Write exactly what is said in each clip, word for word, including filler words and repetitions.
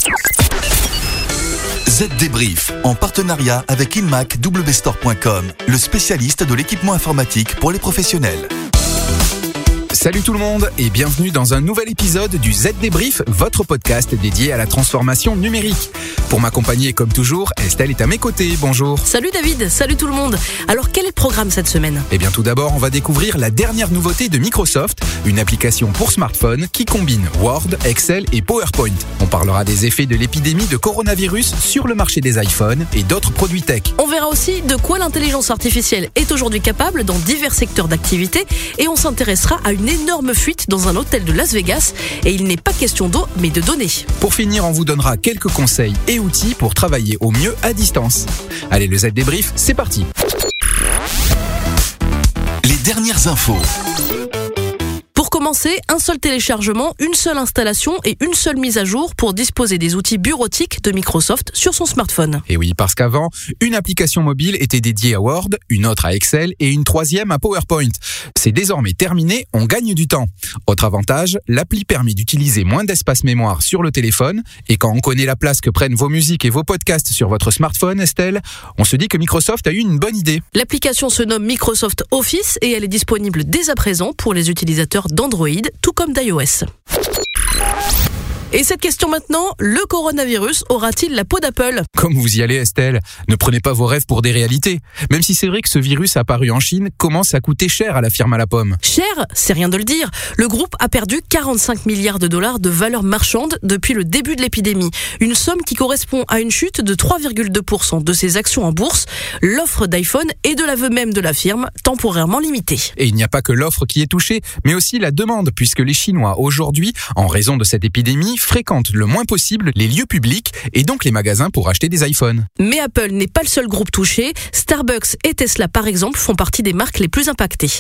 Z Débrief, en partenariat avec Inmac W Store point com, le spécialiste de l'équipement informatique pour les professionnels. Salut tout le monde et bienvenue dans un nouvel épisode du Z Débrief, votre podcast dédié à la transformation numérique. Pour m'accompagner comme toujours, Estelle est à mes côtés, bonjour. Salut David, salut tout le monde. Alors quel est le programme cette semaine ? Eh bien tout d'abord, on va découvrir la dernière nouveauté de Microsoft, une application pour smartphone qui combine Word, Excel et PowerPoint. On parlera des effets de l'épidémie de coronavirus sur le marché des iPhones et d'autres produits tech. On verra aussi de quoi l'intelligence artificielle est aujourd'hui capable dans divers secteurs d'activité et on s'intéressera à une énorme fuite dans un hôtel de Las Vegas et il n'est pas question d'eau mais de données. Pour finir, on vous donnera quelques conseils et outils pour travailler au mieux à distance. Allez, le Z Débrief, c'est parti. Les dernières infos. Pour commencer, un seul téléchargement, une seule installation et une seule mise à jour pour disposer des outils bureautiques de Microsoft sur son smartphone. Et oui, parce qu'avant, une application mobile était dédiée à Word, une autre à Excel et une troisième à PowerPoint. C'est désormais terminé, on gagne du temps. Autre avantage, l'appli permet d'utiliser moins d'espace mémoire sur le téléphone et quand on connaît la place que prennent vos musiques et vos podcasts sur votre smartphone, Estelle, on se dit que Microsoft a eu une bonne idée. L'application se nomme Microsoft Office et elle est disponible dès à présent pour les utilisateurs d'Android, tout comme d'iOS. Et cette question maintenant, le coronavirus aura-t-il la peau d'Apple ? Comme vous y allez Estelle, ne prenez pas vos rêves pour des réalités. Même si c'est vrai que ce virus apparu en Chine commence à coûter cher à la firme à la pomme. Cher, c'est rien de le dire. Le groupe a perdu quarante-cinq milliards de dollars de valeur marchande depuis le début de l'épidémie. Une somme qui correspond à une chute de trois virgule deux pour cent de ses actions en bourse. L'offre d'iPhone est de l'aveu même de la firme, temporairement limitée. Et il n'y a pas que l'offre qui est touchée, mais aussi la demande, puisque les Chinois aujourd'hui, en raison de cette épidémie, fréquentent le moins possible les lieux publics et donc les magasins pour acheter des iPhones. Mais Apple n'est pas le seul groupe touché. Starbucks et Tesla, par exemple, font partie des marques les plus impactées.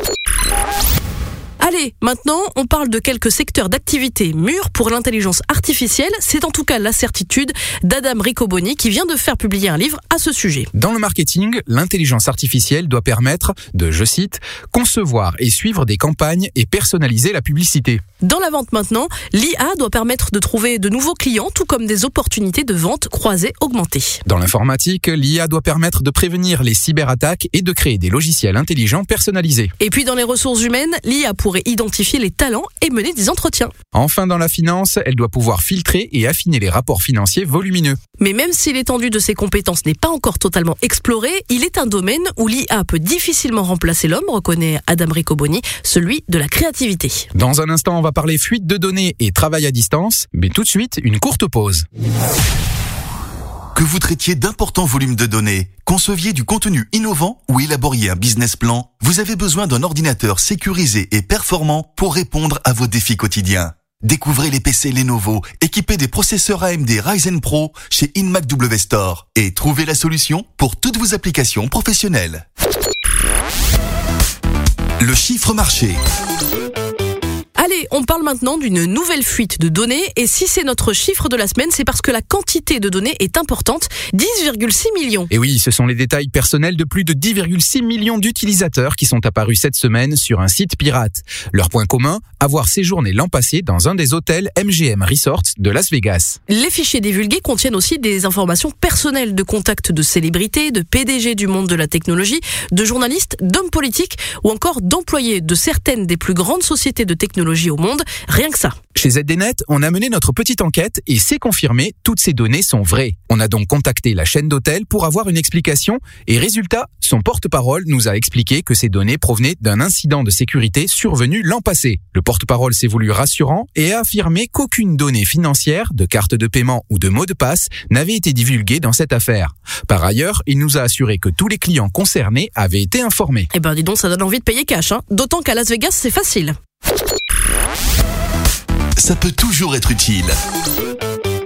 Allez, maintenant, on parle de quelques secteurs d'activité mûrs pour l'intelligence artificielle. C'est en tout cas la certitude d'Adam Riccoboni qui vient de faire publier un livre à ce sujet. Dans le marketing, l'intelligence artificielle doit permettre de, je cite, concevoir et suivre des campagnes et personnaliser la publicité. Dans la vente maintenant, l'I A doit permettre de trouver de nouveaux clients, tout comme des opportunités de vente croisées augmentées. Dans l'informatique, l'I A doit permettre de prévenir les cyberattaques et de créer des logiciels intelligents personnalisés. Et puis dans les ressources humaines, l'I A pourrait identifier les talents et mener des entretiens. Enfin, dans la finance, elle doit pouvoir filtrer et affiner les rapports financiers volumineux. Mais même si l'étendue de ses compétences n'est pas encore totalement explorée, il est un domaine où l'I A peut difficilement remplacer l'homme, reconnaît Adam Riccoboni, celui de la créativité. Dans un instant, on va parler fuite de données et travail à distance, mais tout de suite, une courte pause. Que vous traitiez d'importants volumes de données, conceviez du contenu innovant ou élaboriez un business plan, vous avez besoin d'un ordinateur sécurisé et performant pour répondre à vos défis quotidiens. Découvrez les P C Lenovo équipés des processeurs A M D Ryzen Pro chez Inmac W Store et trouvez la solution pour toutes vos applications professionnelles. Le chiffre marché. Allez, on parle maintenant d'une nouvelle fuite de données et si c'est notre chiffre de la semaine, c'est parce que la quantité de données est importante, dix virgule six millions. Et oui, ce sont les détails personnels de plus de dix virgule six millions d'utilisateurs qui sont apparus cette semaine sur un site pirate. Leur point commun, avoir séjourné l'an passé dans un des hôtels M G M Resorts de Las Vegas. Les fichiers divulgués contiennent aussi des informations personnelles de contacts de célébrités, de P D G du monde de la technologie, de journalistes, d'hommes politiques ou encore d'employés de certaines des plus grandes sociétés de technologie au monde, rien que ça. Chez Z D Net, on a mené notre petite enquête et c'est confirmé, toutes ces données sont vraies. On a donc contacté la chaîne d'hôtels pour avoir une explication et résultat, son porte-parole nous a expliqué que ces données provenaient d'un incident de sécurité survenu l'an passé. Le porte-parole s'est voulu rassurant et a affirmé qu'aucune donnée financière, de carte de paiement ou de mot de passe n'avait été divulguée dans cette affaire. Par ailleurs, il nous a assuré que tous les clients concernés avaient été informés. Eh ben dis donc, ça donne envie de payer cash, hein. D'autant qu'à Las Vegas, c'est facile. Ça peut toujours être utile.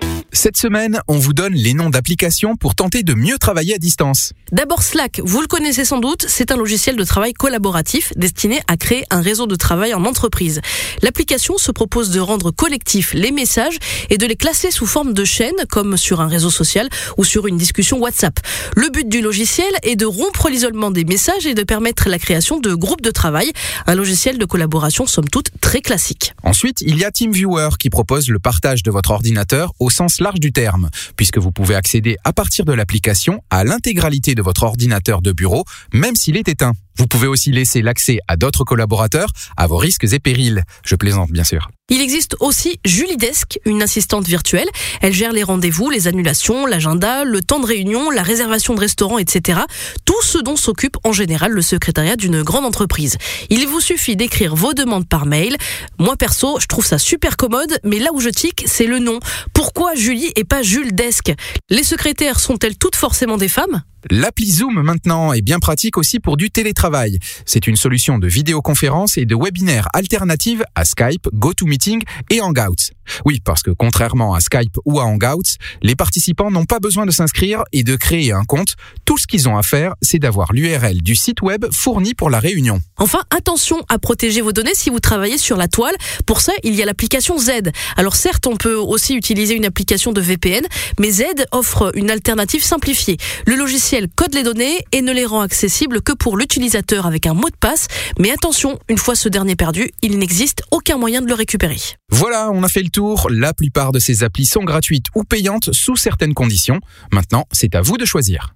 Cette semaine, on vous donne les noms d'applications pour tenter de mieux travailler à distance. D'abord Slack, vous le connaissez sans doute, c'est un logiciel de travail collaboratif destiné à créer un réseau de travail en entreprise. L'application se propose de rendre collectifs les messages et de les classer sous forme de chaînes comme sur un réseau social ou sur une discussion WhatsApp. Le but du logiciel est de rompre l'isolement des messages et de permettre la création de groupes de travail, un logiciel de collaboration somme toute très classique. Ensuite, il y a TeamViewer qui propose le partage de votre ordinateur au sens large du terme, puisque vous pouvez accéder à partir de l'application à l'intégralité de votre ordinateur de bureau, même s'il est éteint. Vous pouvez aussi laisser l'accès à d'autres collaborateurs à vos risques et périls. Je plaisante bien sûr. Il existe aussi Julidesk, une assistante virtuelle. Elle gère les rendez-vous, les annulations, l'agenda, le temps de réunion, la réservation de restaurant, et cetera. Tout ce dont s'occupe en général le secrétariat d'une grande entreprise. Il vous suffit d'écrire vos demandes par mail. Moi perso, je trouve ça super commode, mais là où je tique, c'est le nom. Pourquoi Julie et pas Jules Desk ? Les secrétaires sont-elles toutes forcément des femmes ? L'appli Zoom maintenant est bien pratique aussi pour du télétravail. C'est une solution de vidéoconférence et de webinaire alternative à Skype, GoToMeeting et Hangouts. Oui, parce que contrairement à Skype ou à Hangouts, les participants n'ont pas besoin de s'inscrire et de créer un compte. Tout ce qu'ils ont à faire, c'est d'avoir l'U R L du site web fourni pour la réunion. Enfin, attention à protéger vos données si vous travaillez sur la toile. Pour ça, il y a l'application Z. Alors certes, on peut aussi utiliser une application de V P N, mais Z offre une alternative simplifiée. Le logiciel code les données et ne les rend accessibles que pour l'utilisateur avec un mot de passe. Mais attention, une fois ce dernier perdu, il n'existe aucun moyen de le récupérer. Voilà, on a fait le tour. La plupart de ces applis sont gratuites ou payantes sous certaines conditions. Maintenant, c'est à vous de choisir.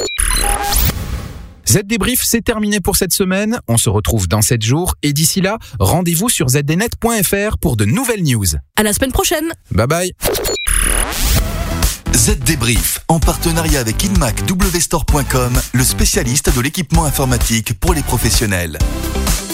Z-Débrief, c'est terminé pour cette semaine. On se retrouve dans sept jours et d'ici là, rendez-vous sur z d net point f r pour de nouvelles news. À la semaine prochaine. Bye bye. Z-Débrief, en partenariat avec inmac w store point com, le spécialiste de l'équipement informatique pour les professionnels.